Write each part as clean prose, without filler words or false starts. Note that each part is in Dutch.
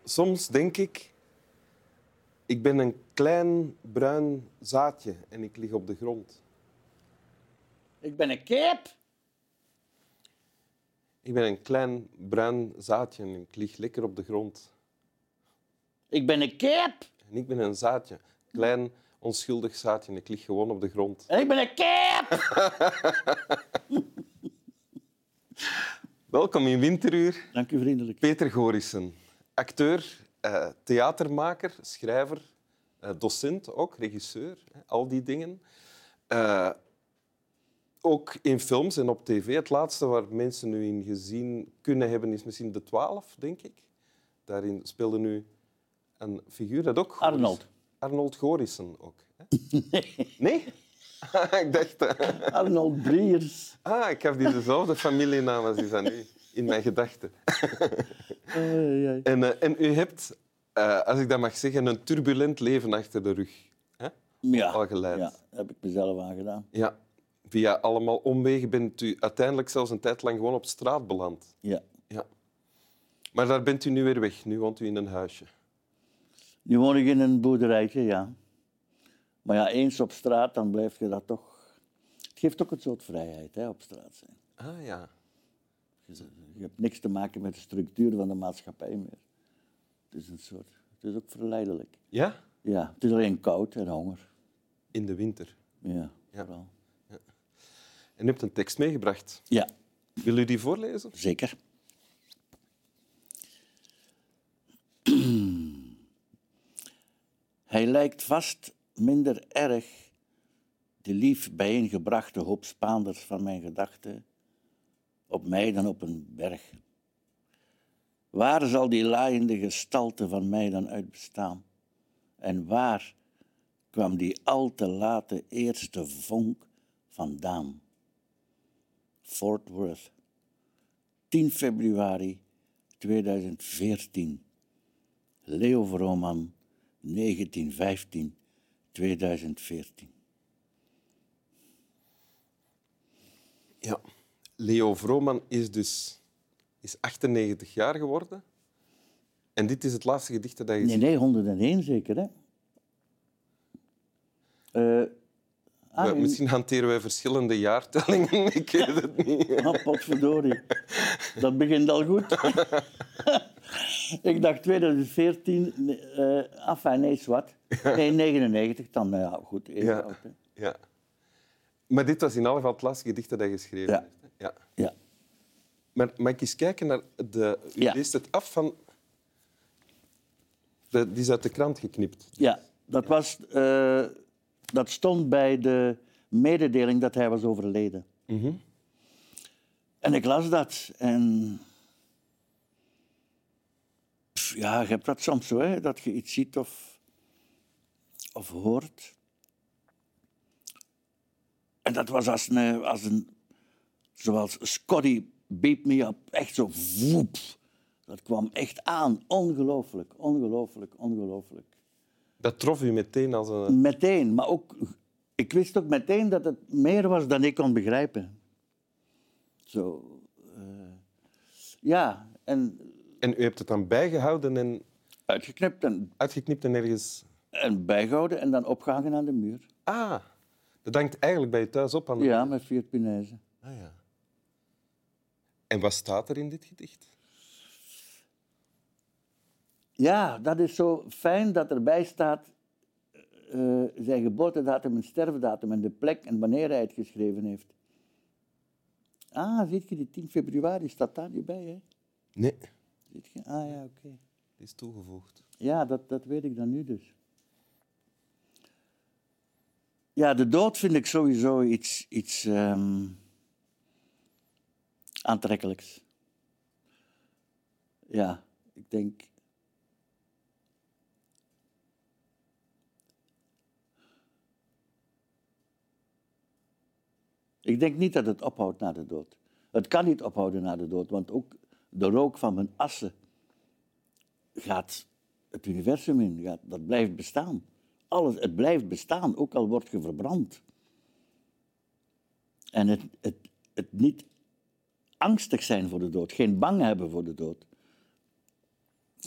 Soms denk ik ben een klein bruin zaadje en ik lig op de grond. Ik ben een kip. Ik ben een klein bruin zaadje en ik lig lekker op de grond. Ik ben een kip. En ik ben een zaadje, klein onschuldig zaadje en ik lig gewoon op de grond. En ik ben een kip. Welkom in Winteruur, Dank u vriendelijk. Peter Gorissen. Acteur, theatermaker, schrijver, docent ook, regisseur, al die dingen. Ook in films en op tv. Het laatste waar mensen nu in gezien kunnen hebben is misschien De 12, denk ik. Daarin speelde nu een figuur dat ook... Arnold. Arnold Gorissen ook. Hè? Nee? Ik dacht... Arnold Briers. ik heb die dezelfde familienaam als die van u in mijn gedachten. En u hebt, als ik dat mag zeggen, een turbulent leven achter de rug. Hè? Ja, Al geleid. ja, daar heb ik mezelf aan gedaan. Ja. Via allemaal omwegen bent u uiteindelijk zelfs een tijd lang gewoon op straat beland. Ja. Ja. Maar daar bent u nu weer weg. Nu woont u in een huisje. Nu woon ik in een boerderijtje, ja. Maar ja, eens op straat, dan blijf je dat toch... Het geeft ook een soort vrijheid, hè, op straat zijn. Ah ja. Je hebt niks te maken met de structuur van de maatschappij meer. Het is een soort... Het is ook verleidelijk. Ja? Ja, het is alleen koud en honger. In de winter. Ja, Ja. vooral. En u hebt een tekst meegebracht. Ja, Wil u die voorlezen? zeker. Hij lijkt vast minder erg de lief bijeengebrachte hoop Spaanders van mijn gedachten op mij dan op een berg. Waar zal die laaiende gestalte van mij dan uit bestaan? En waar kwam die al te late eerste vonk vandaan? Fort Worth, 10 februari 2014. Leo Vrooman, 1915, 2014. Ja. Leo Vrooman is 98 jaar geworden. En dit is het laatste gedicht dat je... Nee, 101 zeker, hè? Misschien hanteren wij verschillende jaartellingen. Ik weet het niet. Potverdorie. Dat begint al goed. Ik dacht 2014, nee, zwart. Nee, 99, dan ja, goed. Even Ja. oud, hè. Ja. Maar dit was in alle geval het laatste gedicht dat je geschreven Ja. hebt. Hè? Ja. Ja. Maar mag ik eens kijken naar de... U Ja. leest het af van... Die is uit de krant geknipt. Ja, dat stond bij de mededeling dat hij was overleden. En ik las dat. En ja, je hebt dat soms zo, hè, dat je iets ziet of hoort. En dat was als een zoals Scotty Beat Me Up, echt zo woep. Dat kwam echt aan. Ongelooflijk, ongelooflijk, ongelooflijk. Dat trof u meteen als een... Meteen, maar ook... Ik wist ook meteen dat het meer was dan ik kon begrijpen. Zo... ja, en... En u hebt het dan bijgehouden en Uitgeknipt uitgeknipt en ergens... en bijgehouden en dan opgehangen aan de muur. Ah, dat hangt eigenlijk bij je thuis op aan de... Ja, met 4 punaizen. Ah, ja. En wat staat er in dit gedicht? Ja, dat is zo fijn dat erbij staat zijn geboortedatum en sterfdatum en de plek en wanneer hij het geschreven heeft. Ah, zie je, die 10 februari staat daar niet bij, hè? Nee, Ziet je? Ah ja, oké. die is toegevoegd. Ja, dat weet ik dan nu dus. Ja, de dood vind ik sowieso iets aantrekkelijks. Ja, ik denk... Ik denk niet dat het ophoudt na de dood. Het kan niet ophouden na de dood, want ook de rook van mijn assen gaat het universum in. Dat blijft bestaan. Alles, het blijft bestaan, ook al word je verbrand. En het niet angstig zijn voor de dood, geen bang hebben voor de dood.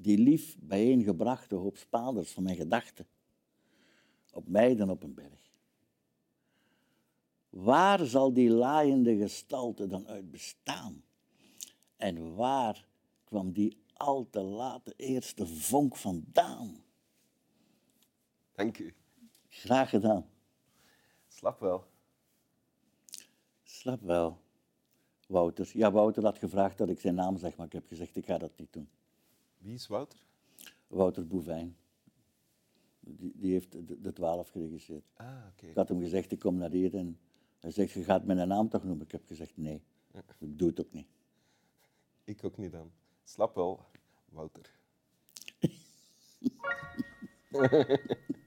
die lief bijeengebrachte hoop spaanders van mijn gedachten, op mij dan op een berg. Waar zal die laaiende gestalte dan uit bestaan? En waar kwam die al te late eerste vonk vandaan? Dank u. Graag gedaan. Slap wel. Slap wel. Wouter. Ja, Wouter had gevraagd dat ik zijn naam zeg, maar ik heb gezegd, ik ga dat niet doen. Wie is Wouter? Wouter Bouvijn. Die heeft de 12 geregisseerd. Ah, oké. Ik had hem gezegd, ik kom naar hier en hij zegt, je gaat mijn naam toch noemen? Ik heb gezegd, nee, ik doe het ook niet. Ik ook niet dan. Slap wel, Wouter.